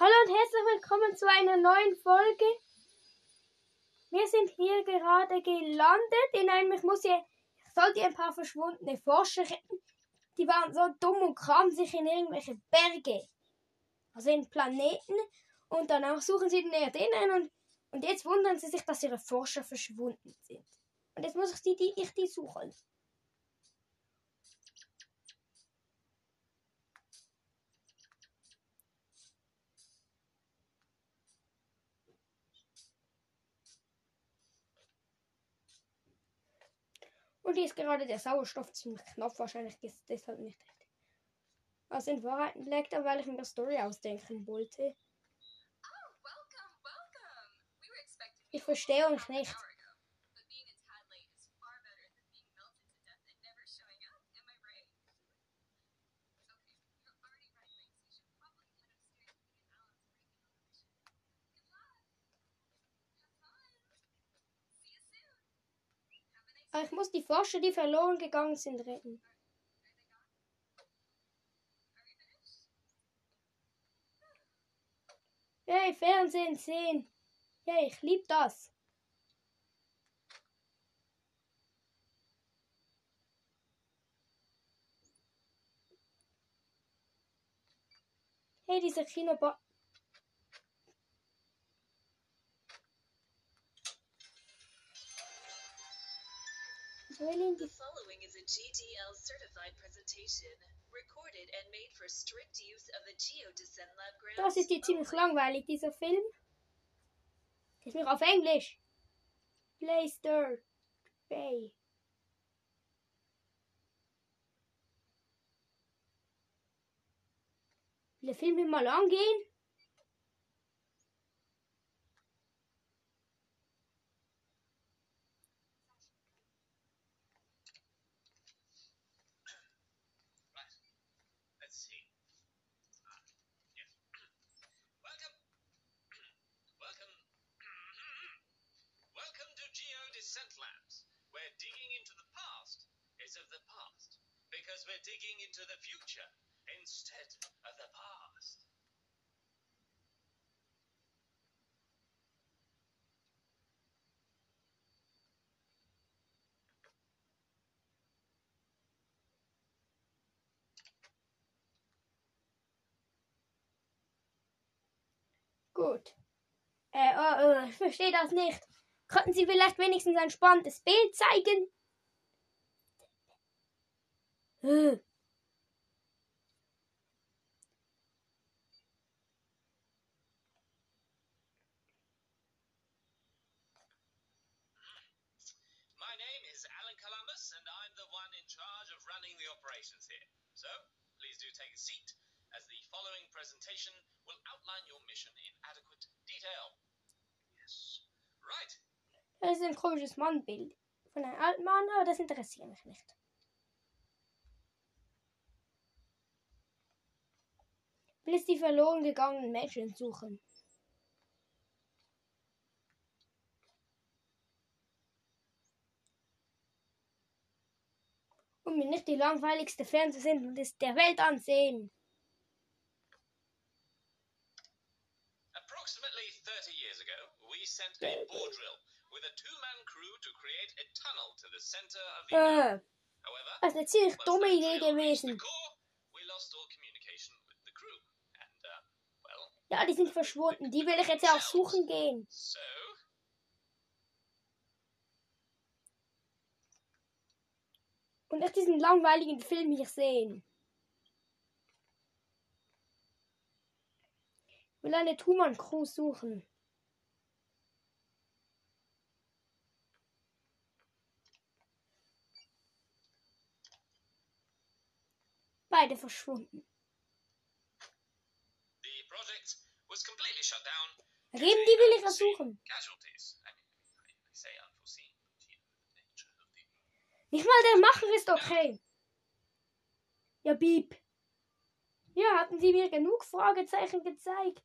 Hallo und herzlich willkommen zu einer neuen Folge. Wir sind hier gerade gelandet in einem, ich sollte ein paar verschwundene Forscher retten. Die waren so dumm und kramen sich in irgendwelche Berge, also in Planeten, und danach suchen sie den Erdinnern und jetzt wundern sie sich, dass ihre Forscher verschwunden sind. Und jetzt muss ich die suchen. Und hier ist gerade der Sauerstoff ziemlich knapp, wahrscheinlich ist es deshalb nicht richtig. Also in Wahrheit leckt er, weil ich mir eine Story ausdenken wollte. Ich verstehe euch nicht. Aber ich muss die Forscher, die verloren gegangen sind, retten. Hey, Fernsehen sehen. Hey, ich lieb das. Hey, dieser Kinoba... The following is a GDL certified presentation, recorded and made for strict use of the Geodescent Lab grounds. Das ist jetzt ziemlich langweilig, dieser Film. Ist noch auf Englisch. Blaster Bay. Will der Film mal angehen? Geodescent Labs, where digging into the past is of the past, because we're digging into the future instead of the past. Gut. Ich verstehe das nicht. Könnten Sie vielleicht wenigstens ein spannendes Bild zeigen? My name is Alan Columbus, and I'm the one in charge of running the operations here. So, please do take a seat, as the following presentation will outline your mission in adequate detail. Yes. Right. Das ist ein komisches Mannbild von einem alten Mann, aber das interessiert mich nicht. Ich will jetzt die verloren gegangenen Menschen suchen. Und mir nicht die langweiligste Fernsehsendung der Welt ansehen. Approximately 30 years ago, we sent a bore drill with a two-man crew to create a tunnel to the center of the Earth. However, Das ist eine ziemlich dumme Idee the gewesen. core, we lost all communication with the crew. And, well, Ja, die sind verschwunden. Die will ich jetzt ja auch suchen gehen. so Und nicht diesen langweiligen Film hier sehen. Ich will eine Two-Man-Crew suchen. Beide verschwunden. the project was completely shut down. Eben die will ich ersuchen. Casualties. I say unforeseen, but you know the nature of the... Nicht mal der Macher ist okay. Ja, Piep. Ja, hatten Sie mir genug Fragezeichen gezeigt?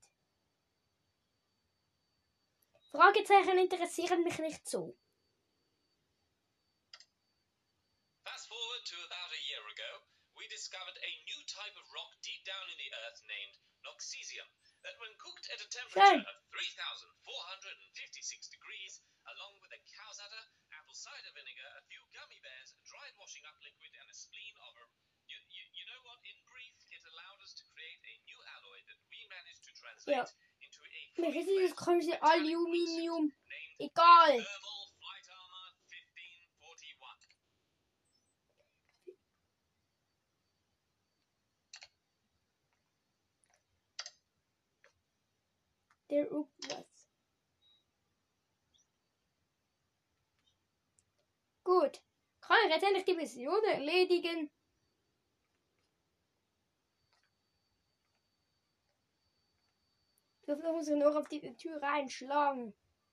Fragezeichen interessieren mich nicht so. Fast forward to about a year ago, we discovered a new type of rock deep down in the earth named Noxesium that when cooked at a temperature of 3,456 degrees, along with a cow's udder, apple cider vinegar, a few gummy bears, dried washing up liquid, and a spleen of a... You know what? In brief, it allowed us to create a new alloy that we managed to translate into a Mir ist fully dieses fledged komische metallic Aluminium. named Egal. Thermal Flight Armor 1541. Der Upwas. Gut. Kann ich jetzt endlich die Mission erledigen? Jetzt muss ich noch auf die Tür reinschlagen.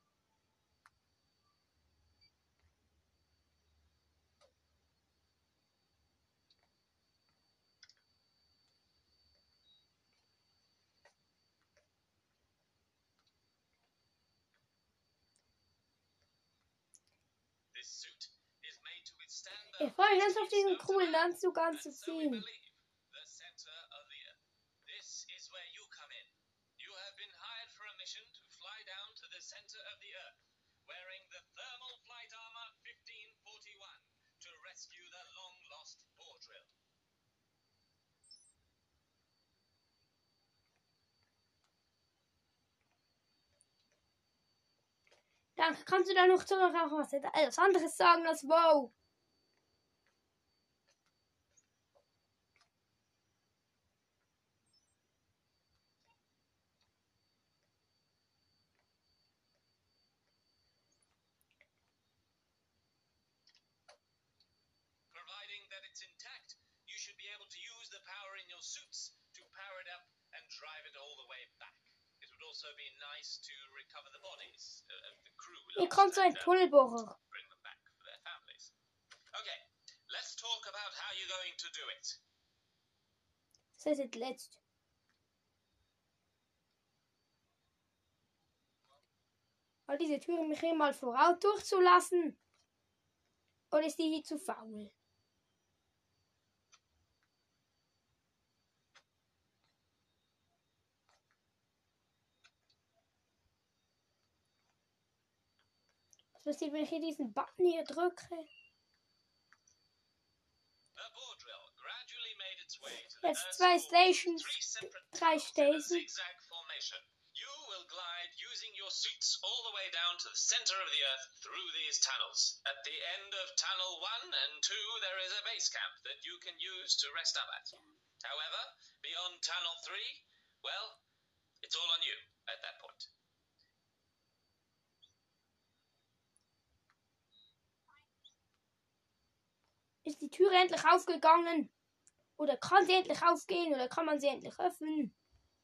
This suit is made to withstand the Ich freue mich ganz auf harshest diesen snows coolen of Earth. Anzug And so we anzuziehen. believe the center of the earth. This is where you come in. You have been hired for a mission to fly down to the center of the earth, wearing the Thermal Flight Armor 1541 to rescue the long-lost boar drill. Danke, kannst du da noch so noch was anderes sagen als wow? Providing that it's intact, you should be able to use the power in your suits to power it up and drive it all the way back. It would also be nice to recover the bodies of the crew Hier lost kommt so ein and, Tunnelbohrer. bring them back for their families. Okay, let's talk about how you're going to do it. Das ist jetzt letzt. All diese Türen mich hier mal voraus durchzulassen. Oder ist die hier zu faul? Was passiert, wenn ich hier diesen Button hier drücke? The boar drill gradually made its way to the Jetzt Earth's zwei core, Stations, three separate 3 tunnels in a Stations. zigzag formation. You will glide using your suits all the way down to the center of the Earth through these tunnels. At the end of Tunnel 1 and 2, there is a base camp that you can use to rest up at. However, beyond Tunnel 3, well, it's all on you at that point. Ist die Tür endlich aufgegangen? Oder kann sie endlich aufgehen? Oder kann man sie endlich öffnen?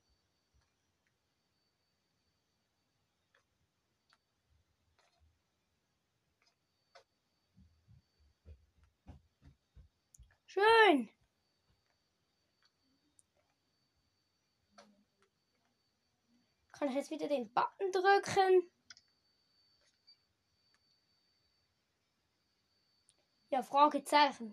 Schön. Kann ich jetzt wieder den Button drücken? Ja, Fragezeichen.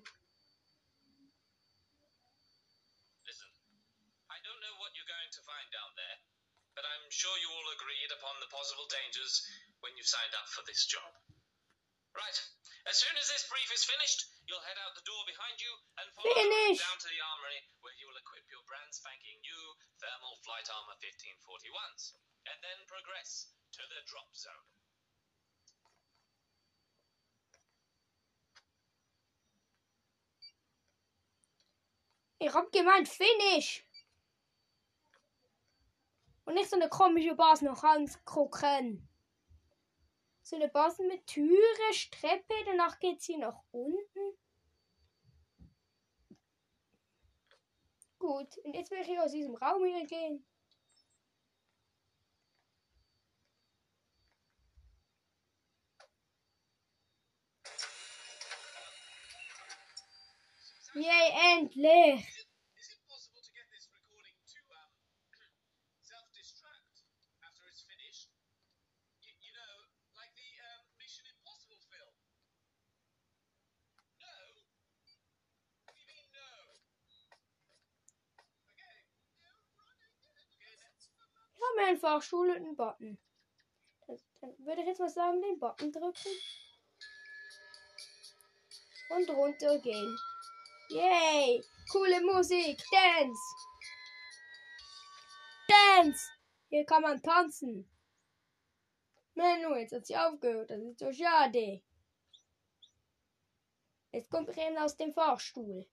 Listen, I don't know what you're going to find down there, but I'm sure you all agreed upon the possible dangers when you signed up for this job. Right, as soon as this brief is finished, you'll head out the door behind you and follow the road Finish. down to the armory where you will equip your brand spanking new Thermal Flight Armor 1541s, and then progress to the drop zone. Ich hab gemeint, finish. Und nicht so eine komische Base noch angucken. So eine Base mit Türe, Treppe, danach geht sie nach unten. Gut, und jetzt will ich hier aus diesem Raum wieder gehen. Yay, endlich! Is it possible to get this recording to self-destruct after it's finished? You know, like the Mission Impossible film. No? What do you mean no? haben wir einen Fahrstuhl und einen Button. Dann würde ich jetzt mal sagen, den Button drücken. Und runtergehen. Yay! Coole Musik! Dance! Dance! Hier kann man tanzen. Menno, jetzt hat sie aufgehört. Das ist so schade. Jetzt kommt Bremen aus dem Fahrstuhl.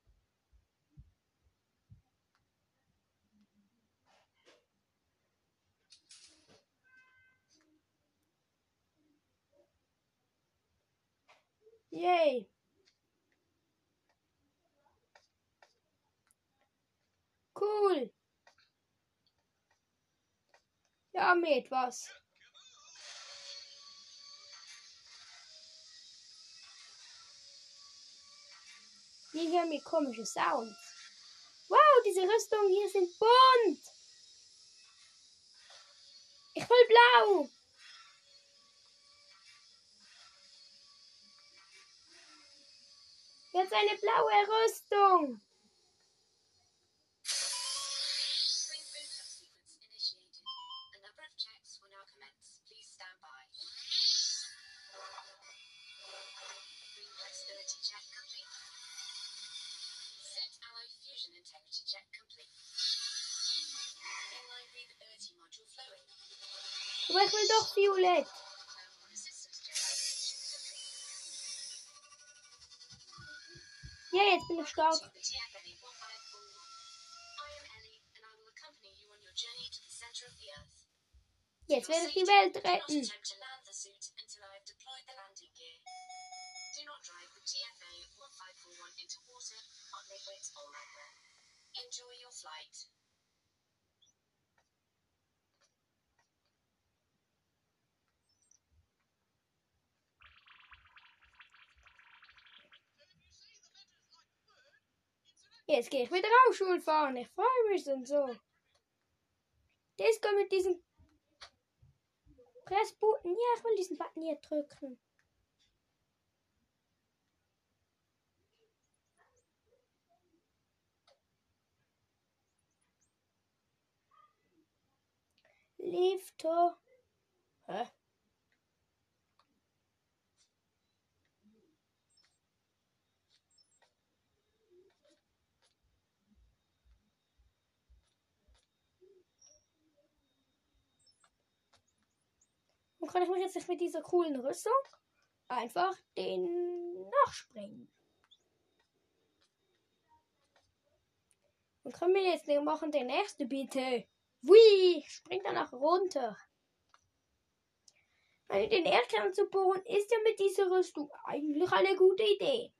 Yay! Cool! Ja, mir etwas. Wir hören mir komische Sounds. Wow, diese Rüstungen hier sind bunt. Ich will blau. Jetzt eine blaue Rüstung. Aber ich will doch violett. Ja, jetzt bin ich stark. Jetzt werde ich die Welt retten. Jetzt gehe ich wieder auf Schule fahren. Ich freue mich und so. Das kommt mit diesem Pressbutton. Ja, ich will diesen Button hier drücken. Lifter. Hä? Und kann ich mich jetzt nicht mit dieser coolen Rüstung einfach den nachspringen? Und können wir jetzt nicht machen, den nächsten bitte? Hui, springt danach runter. Also den Erdkern zu bohren ist ja mit dieser Rüstung eigentlich eine gute Idee.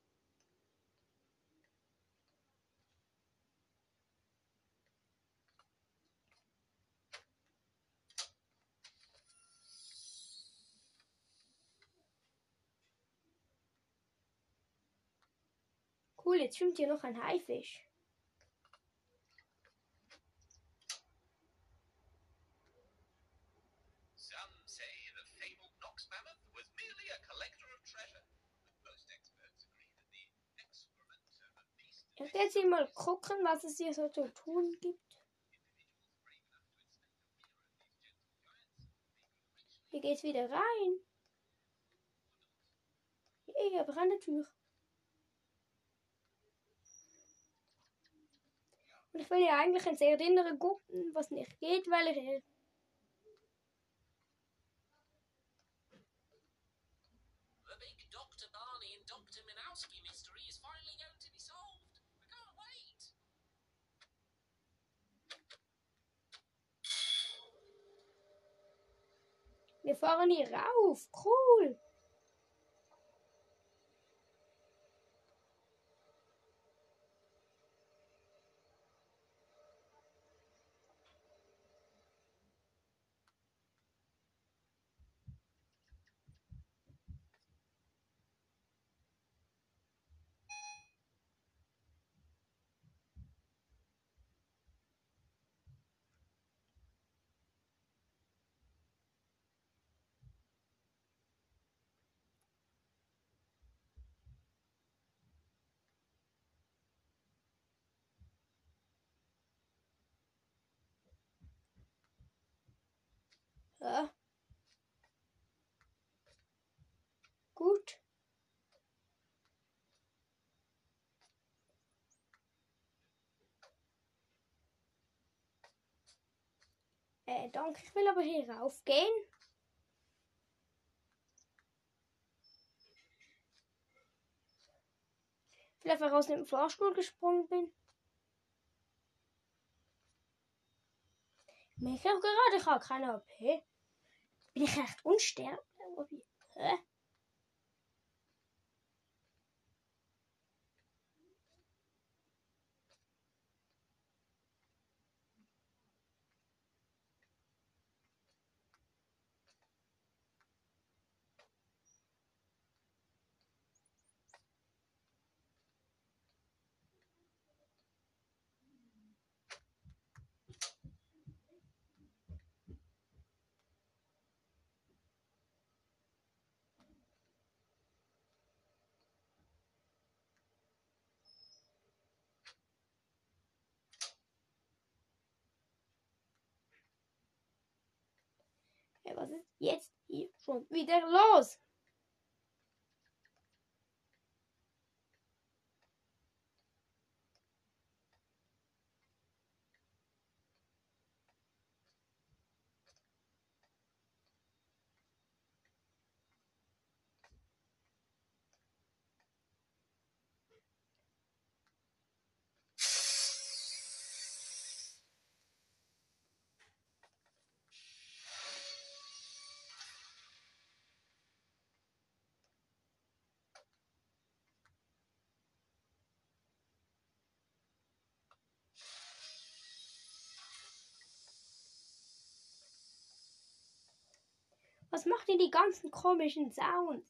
Cool, jetzt schwimmt hier noch ein Haifisch. Some say the fabled Nox Mammoth was merely a collector of treasure. Most experts agree that the excrement of a beast Ich werde jetzt hier mal gucken, was es hier so zu tun gibt. Hier geht's wieder rein. Ich habe eine Tür. Und ich will ja eigentlich ins Erinnere gucken, was nicht geht, weil ich... The big Dr. Barney and Dr. Minowski mystery is finally going to be solved. We can't wait. Wir fahren hier rauf. Cool. Gut. Danke, ich will aber hier raufgehen. Vielleicht weil ich aus dem Fahrstuhl gesprungen bin. Ich merke auch gerade, ich habe keine AP. Bin ich echt unsterblich? Hä? Hey, was ist jetzt hier schon wieder los? Was macht ihr die ganzen komischen Sounds?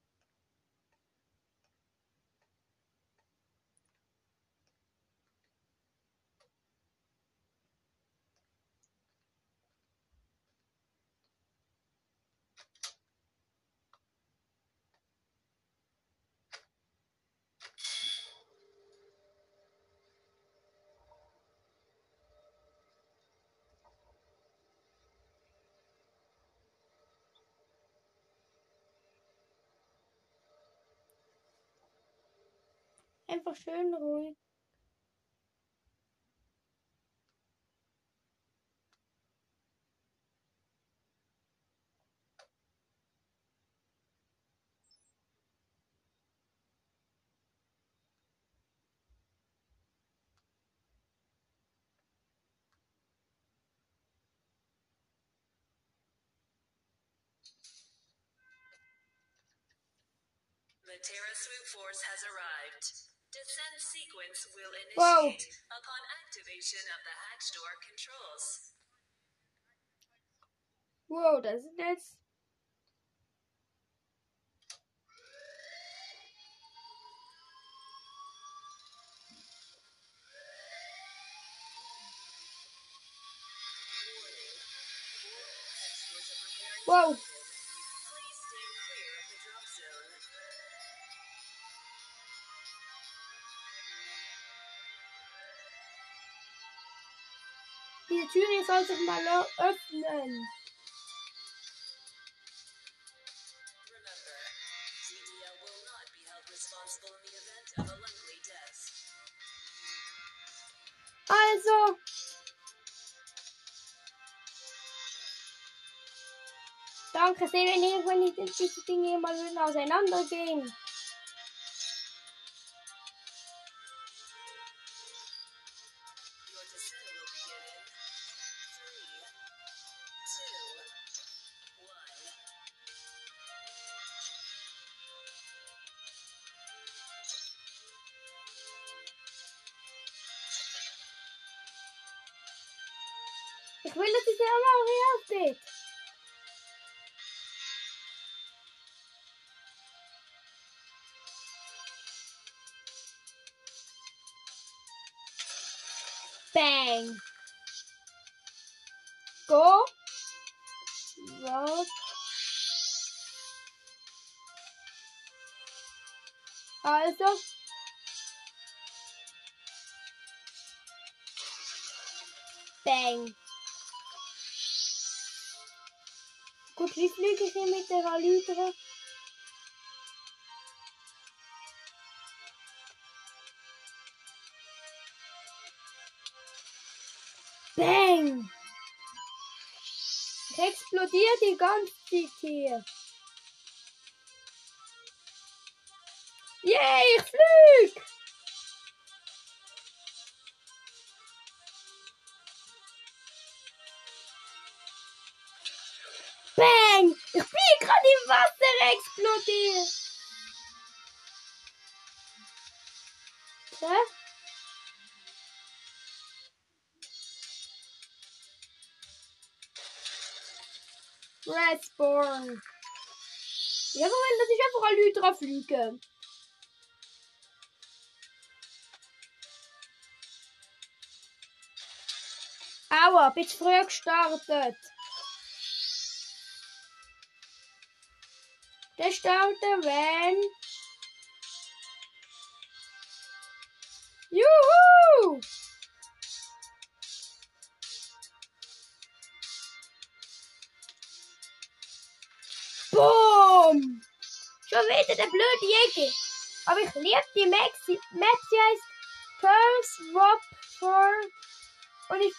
Einfach schön ruhig. The Terra Swoop Force has arrived. Descent sequence will Wow. initiate upon activation of the hatch door controls. Wow, das ist jetzt. Wow. Please stand clear of the drop zone. Diese Tür hier soll sich mal öffnen. Remember, GDL will not be held responsible in the event of a likely death. Also. Danke sehr, wenn irgendwann diese Dinge mal auseinandergehen. Your descent will begin in 3, 2, 1. Ich will, dass diese Mario aufgeht. Bang. Go. Was? Also. Bang. Gut, wie fliege ich hier mit der Alydra? Bang! Ich explodiere die ganze Zeit hier. Yay, ich flieg! Bang! Ich bin gerade im Wasser explodiert. Hä? Respawn. Ja, Moment, das ist einfach Alydra fliegen. Aua, bin zu früh gestartet. Der startet, wenn... Juhu! Boom! Schon wieder der blöde Jäger. Aber ich liebe die Maps. Die heißt Pearl Swap for... Und ich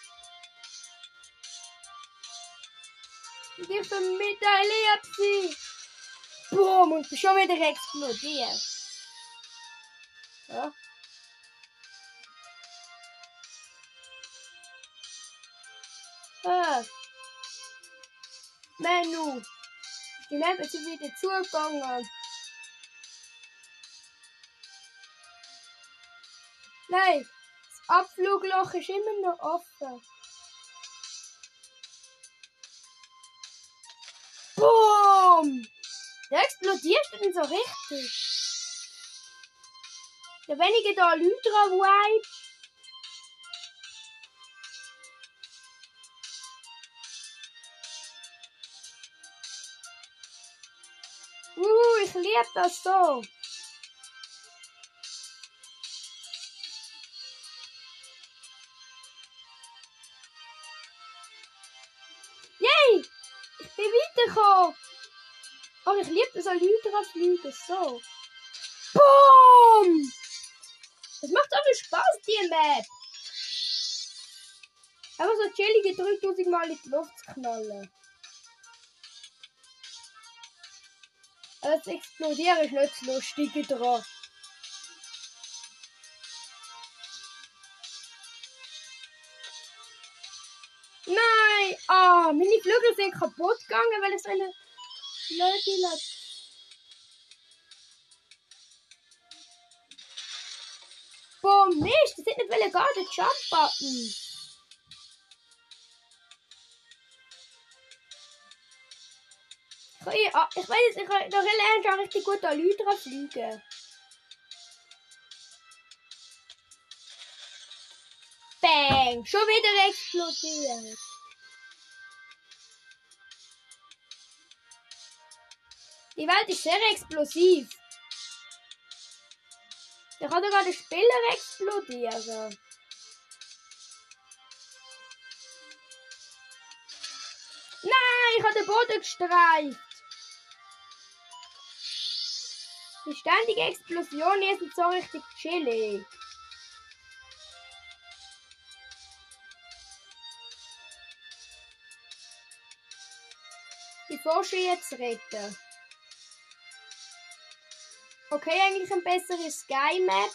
gebe so mit, ich liebe sie. Boom! Und bin schon wieder explodiert. Ja. Ah. Menü. Die Map ist wieder zugegangen. Nein, das Abflugloch ist immer noch offen. Boom! Da explodierst du denn so richtig? Der wenige da Alydra-Vibe. Ich liebe das so. Yay! Ich bin weitergekommen. Oh, ich liebe das Alydra-Fliegen so. Boom! Das macht so viel Spaß, die Map. Einfach so chillige 3000 Mal in die Luft zu knallen. Das Explodieren ist nicht das Lustige dran. Nein! Ah, meine Flügel sind kaputt gegangen, weil ich so eine blöde lasse. Boah, Mist, das hätte nicht gar den Jump-Button. Ich weiß, ich kann noch schon richtig gut an Alydra fliegen. Bang! Schon wieder explodiert. Die Welt ist sehr explosiv. Da kann sogar der Spieler explodieren. Nein, ich habe den Boden gestreift. Die ständige Explosion hier sind so richtig chillig. Die Forscher jetzt retten. Okay, eigentlich ein besseres Sky Map.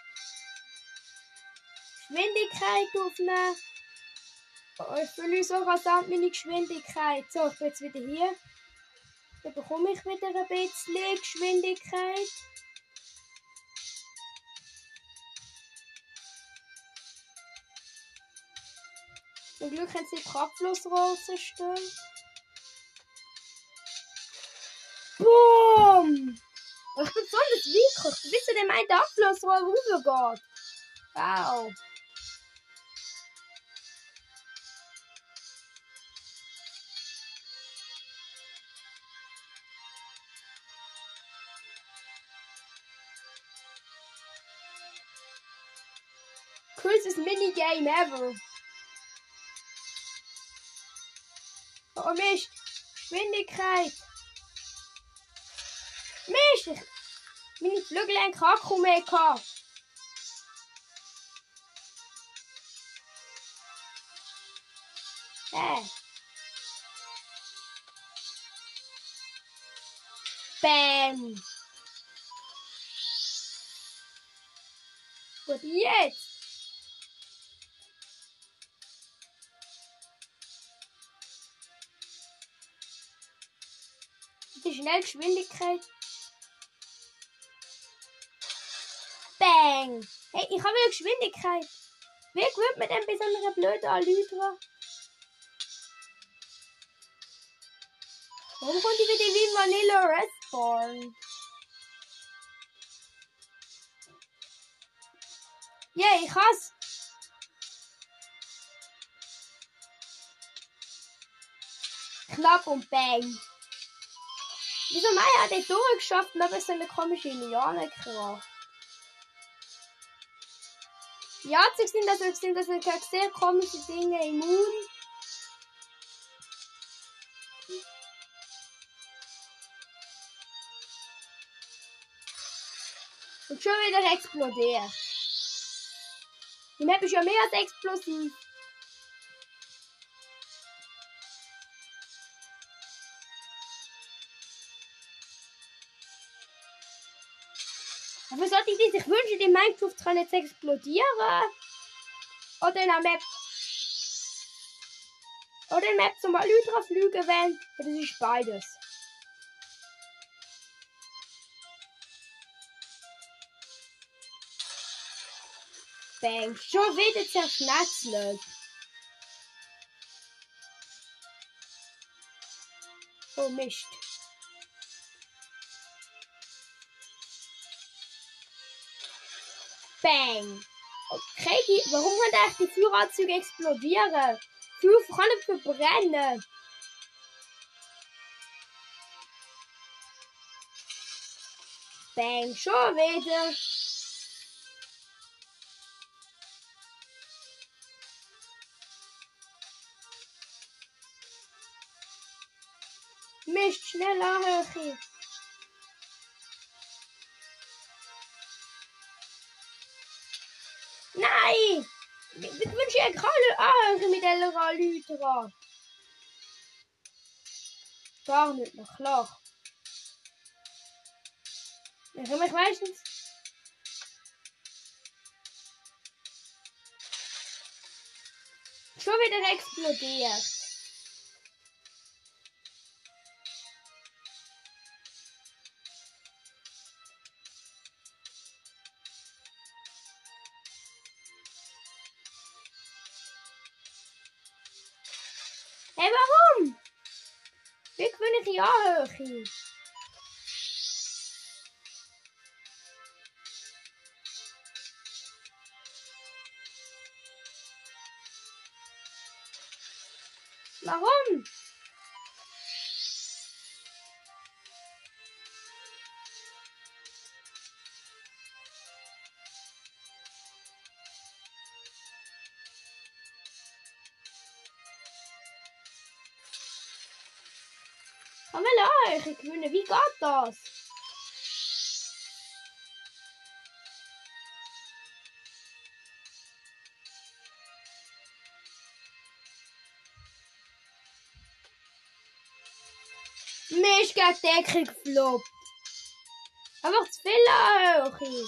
Geschwindigkeit aufnehmen. Oh, ich fühle so rasant meine Geschwindigkeit. So, ich bin jetzt wieder hier. Dann bekomme ich wieder ein bisschen Geschwindigkeit. Zum Glück haben sie die Abflussrosen stehen. Boom! Ich bin so ein Mikro. Du bist zu dem einen Abflussrohr rübergeht. Wow. Coolstes Minigame ever. Oh Mist. Geschwindigkeit. Mist! Meine Flügel haben keinen Akku mehr gehabt. Bam! Gut, jetzt! Die Schnellgeschwindigkeit. Bang! Hey, ich habe wieder Geschwindigkeit. Wie gewinnt man denn bei so einer blöden Alytra? Warum kommt die wieder wie Vanilla Respawn? Ja, yeah, ich hasse. Knapp und bang. Wieso Maya hat nicht durchgeschafft und aber so eine komische Liane-Kraft? Ja, das sind sehr komische Dinge immun. Und schon wieder explodiert. Die Map ist ja mehr als explosiv. Aber sollte ich sich wünschen, die Minecraft kann jetzt explodieren? Oder in der Map. Oder in der Map zum Alytra fliegen, wenn. Ja, das ist beides. Bang, schon wieder zerschnetzelt. Oh Mist. Bang. Okay, warum können eigentlich die Führerzeuge explodieren? Feuer kann nicht verbrennen. Bang, schon wieder. Mist, schnell anhören. Nein! Ich wünsche ja gerade anhören mit der Alytra. Gar nicht, na klar. Ich habe mich meistens. Schon wieder explodiert. Hey, warum? Wie gewinne ich die Anhöhe? Warum? Kann man Anhöhe gewinnen? Wie geht das? Mist, gegen die Decke gefloppt. Einfach zu viel Anhöhe.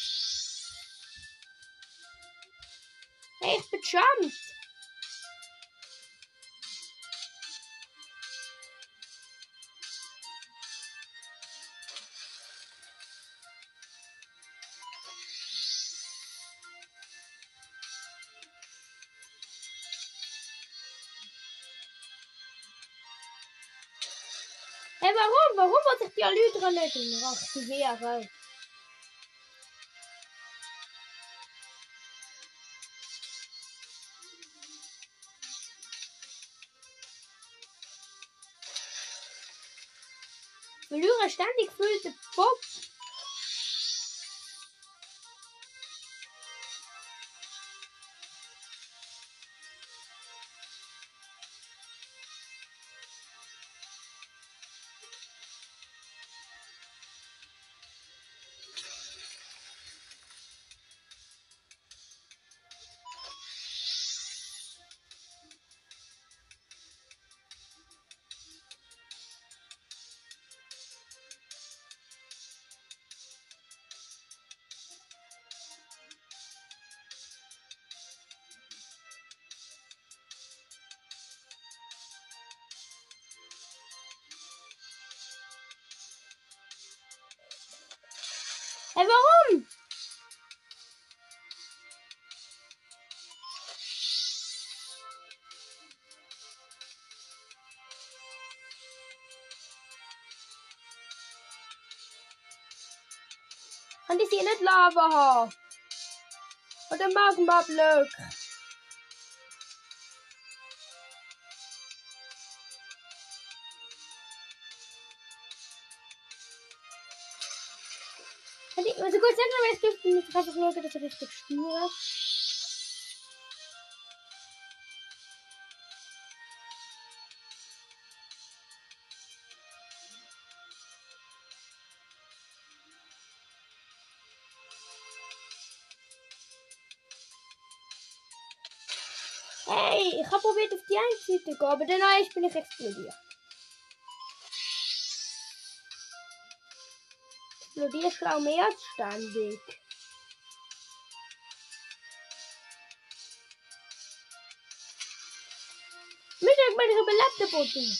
Hey, ich bin jumpt. Hey, warum? Warum wollte ich die Alytra nicht aktivieren? Ich verliere ständig gefüllte Pop. Hey, warum? Kann die sie nicht Lava haben? Oder Magma-Block? Also gut, sag mal, es gibt nicht einfach schauen, dass ich richtig spüre. Hey, ich habe probiert auf die eine Seite zu gehen, aber dann bin ich explodiert. Explodierst du auch mehr als ständig? Mittag bin ich überlebt, der Boden.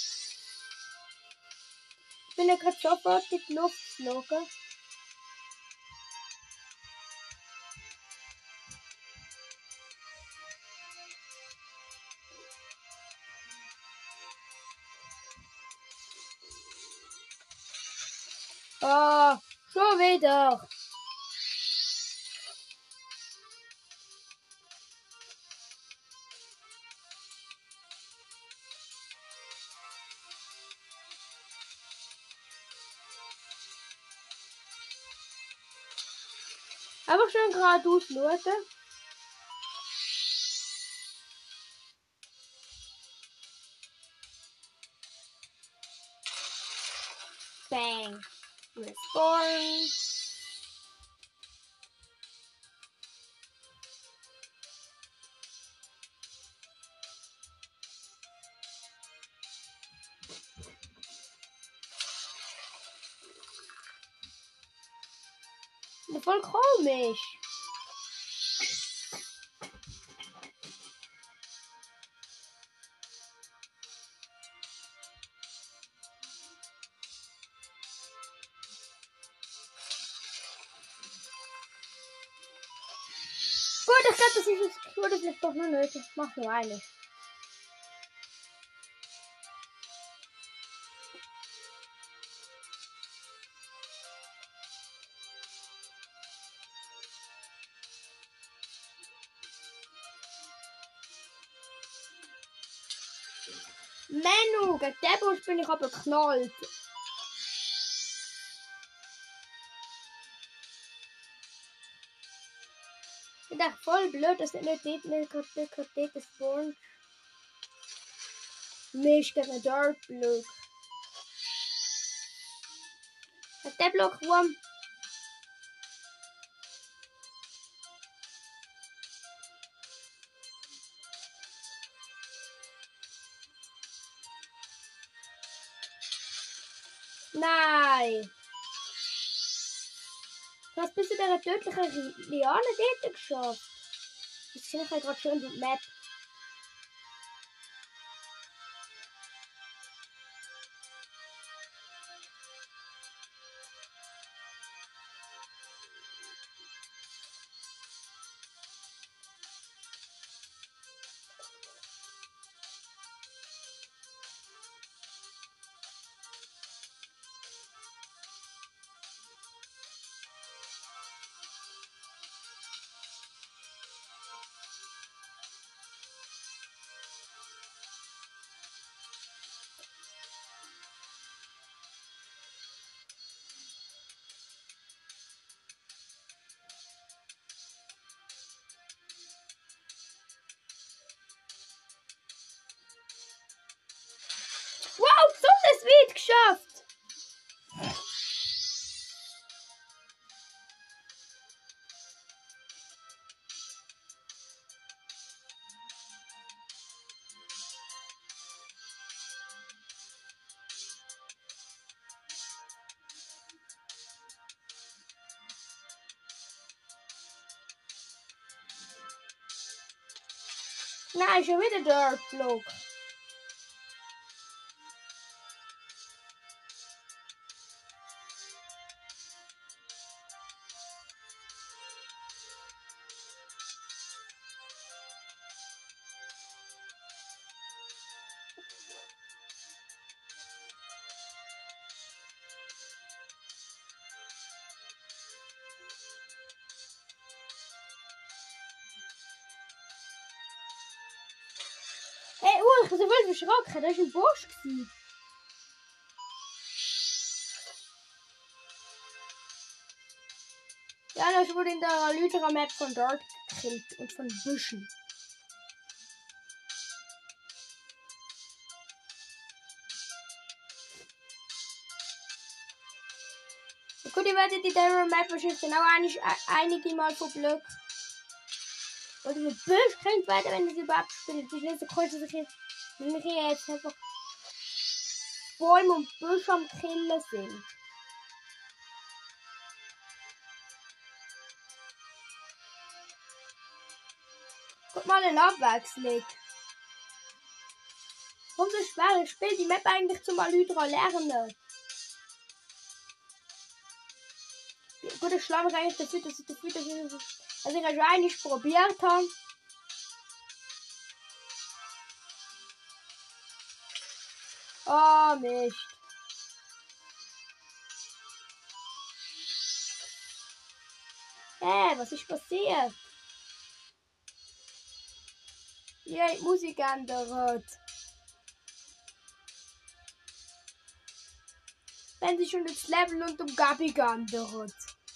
Ich bin ja gerade sofort in die Luft geflogen. Ah, schon wieder. Einfach schön geradeaus schauen. Bang. Respawn. Voll komisch. Gut, ich glaube, das ist es. Wurde vielleicht doch nur nötig. Mach nur eine. Menno, gegen den Busch bin ich aber geknallt. Ich dachte voll blöd, dass er nicht dort spawnt. Mist gegen einen Dark Block. Hat der Block rum? Nein. Du hast bis zu dieser tödlichen Liane dort geschafft. Das sehe ich ja gerade schön auf der Map. Wow, so das wird geschafft. Nein, schon wieder Dark Block. Hey, ich bin so voll verschrocken. Das war ein Boss. Ja, das wurde in der Lytra-Map von dort gekillt und von Büschen. Gut, ihr werdet in dieser Map wahrscheinlich auch einige Mal von Glück. Oder mit Büsch könnt werden, wenn ihr sie überhaupt spielt. Es ist nicht so cool, dass ich hier jetzt einfach Bäume und Büsche am Killen sind. Guck mal eine Abwechslung. Warum so schwer? Ich spiele die Map eigentlich zum Alytra lernen. Gut, ich schlage mich eigentlich dafür, dass ich schon einiges probiert habe. Oh, Mist. Was ist passiert? Ja, die Musik ändert. Wenn sie schon das Level und Umgebung geändert.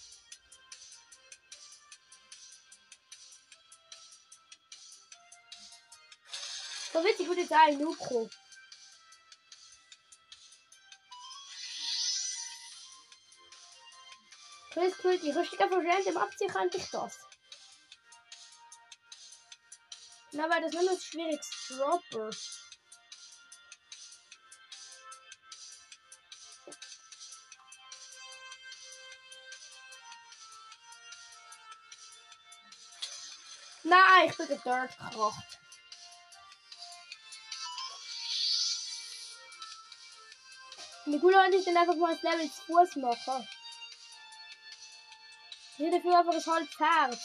So witzig, ich würde jetzt einen Nukro. Cool, die Rüstung von random abziehen könnte ich das. Na, weil das nur ein schwieriges Dropper. Nein, ich bin dort gekocht. Und die coole ist dann einfach mal das Level zu Fuß machen. Ich will dafür einfach ein halbes Herz.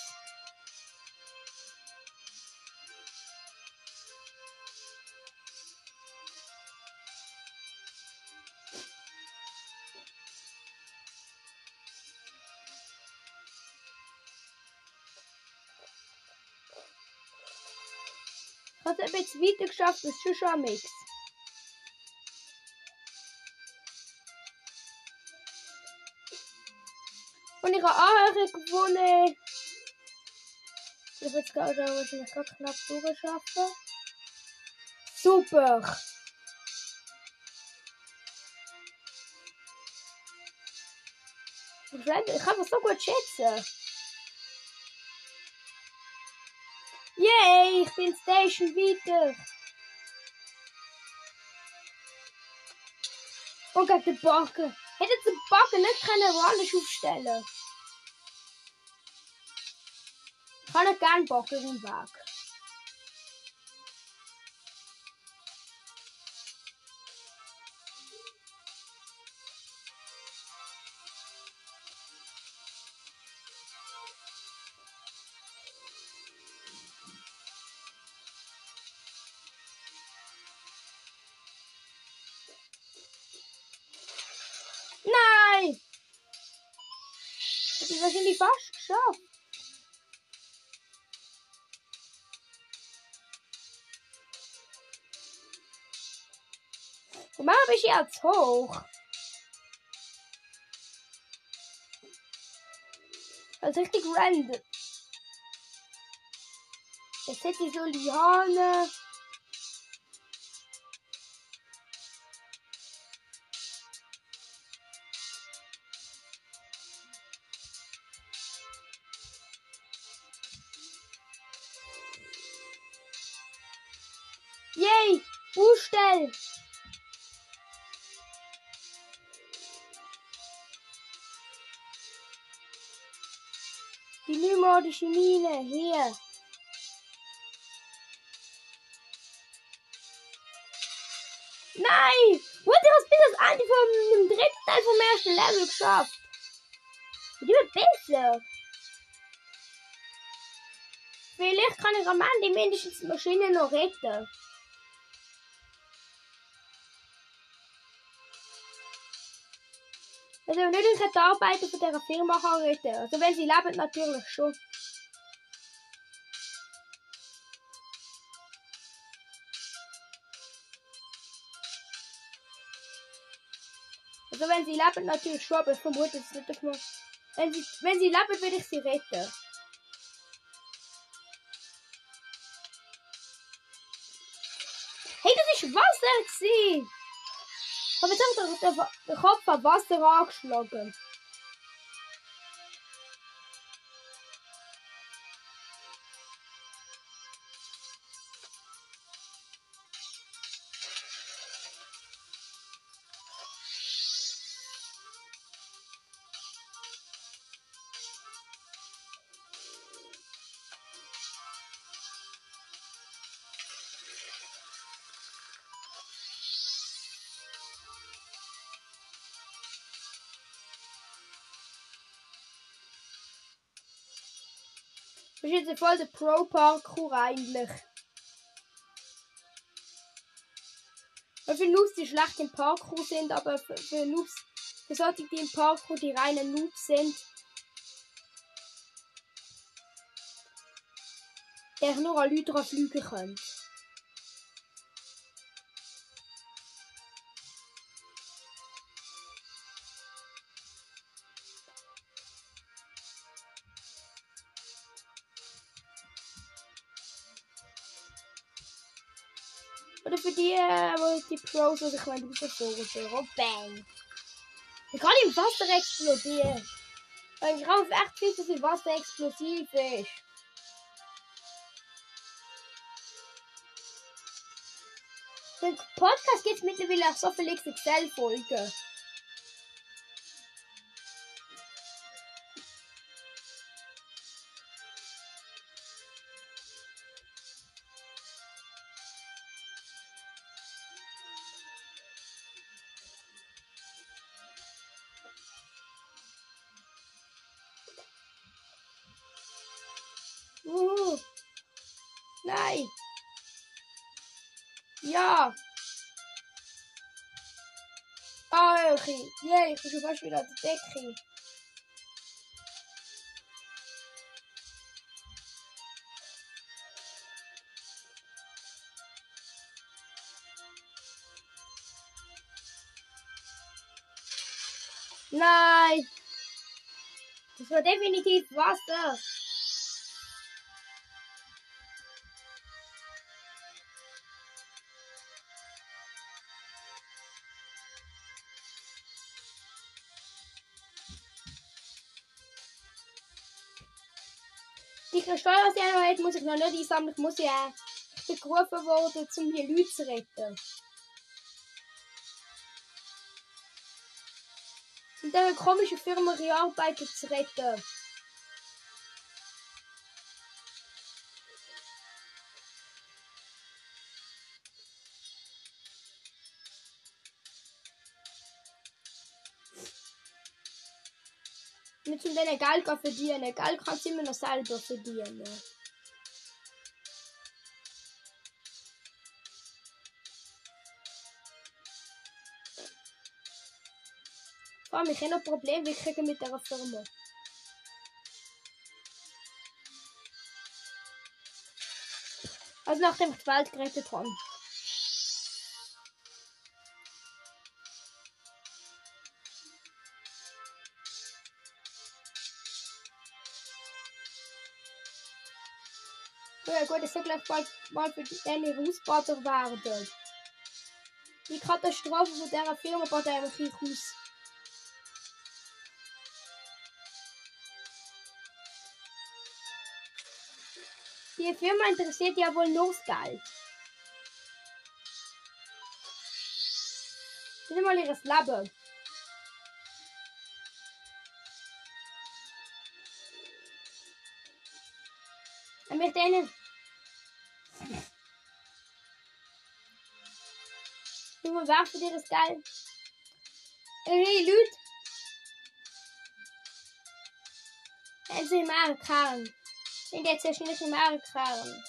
Ich habe es ein bisschen weiter geschafft, das ist schon ein Mix. Und ich habe Anhörung gewonnen. Ich will jetzt wahrscheinlich knapp durchschaffen. Super! Ich kann das so gut schätzen. Yay, ich bin Station weiter. Und gegen den Backen. Hätte den Backen nicht woanders aufstellen. Ich kann nicht gerne Backen im Weg. Nein! Das ist wahrscheinlich fast geschafft. Und warum bin ich jetzt hoch? Also richtig random. Jetzt hätte ich so Liane. Yay! Buchstell! Die neumodische Mine, hier. Nein! What, ich hab's bis das Ende vom dritten Teil vom ersten Level geschafft. Die wird besser. Vielleicht kann ich am Ende mindestens die Maschine noch retten. Also nicht ich die Arbeiter von dieser Firma kann retten. Also wenn sie leben, natürlich schon. Also wenn sie leben, natürlich schon, aber ich vermute es nicht, dass man... Wenn sie leben, würde ich sie retten. Hey, das ist Wasser gewesen! Aber jetzt habe ich den Kopf an Wasser angeschlagen. Das ist jetzt voll der Pro-Parkour eigentlich. Weil für Noobs, die schlecht im Parkour sind, aber für Noobs, für solche, die im Parkour die reinen Noobs sind, der nur an Leute fliegen können. Oder für die, die Pros, die sich rausfordern. Oh, bang! Ich kann im Wasser explodieren. Weil ich auf echt viel, dass im Wasser explosiv ist. Für den Podcast gibt es mittlerweile auch so viele XXL-Folgen. Nein. Ja. Ah, okay. Ja, ich bin schon fast wieder an der Decke. Nein. Das war definitiv Wasser. Die Kristalle, die er noch hat, muss ich noch nicht einsammeln. Ich muss ja berufen worden, um hier Leute zu retten. Und eine komische Firma Arbeiter zu retten. Nicht um deine Geld verdienen. Geld kannst du immer noch selber verdienen. Vor allem, ich habe noch Probleme kriegen mit dieser Firma. Also nachdem ich die Welt gerettet habe. Ja gut, ich soll gleich bald mal für die Hausbader werden. Die Katastrophe von dieser Firma baut einfach ich aus. Die Firma interessiert ja wohl nur das Geld. Nicht mal ihres Leben. Und mit denen. Junge, werfen dir das Geld. Hey, Leute. Wenn sie mal kann. Sind jetzt ja schnell mal kann.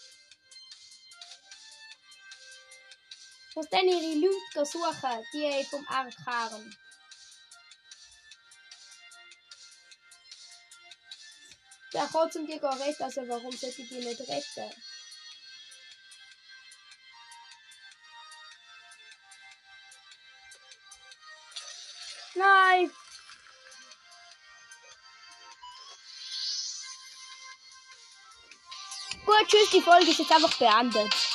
Ich muss dann ihre Leute suchen, die vom Arkan. Der kommt zum dir retten, also warum sollte ich die nicht retten? Nein. Gut, tschüss, die Folge ist jetzt einfach beendet.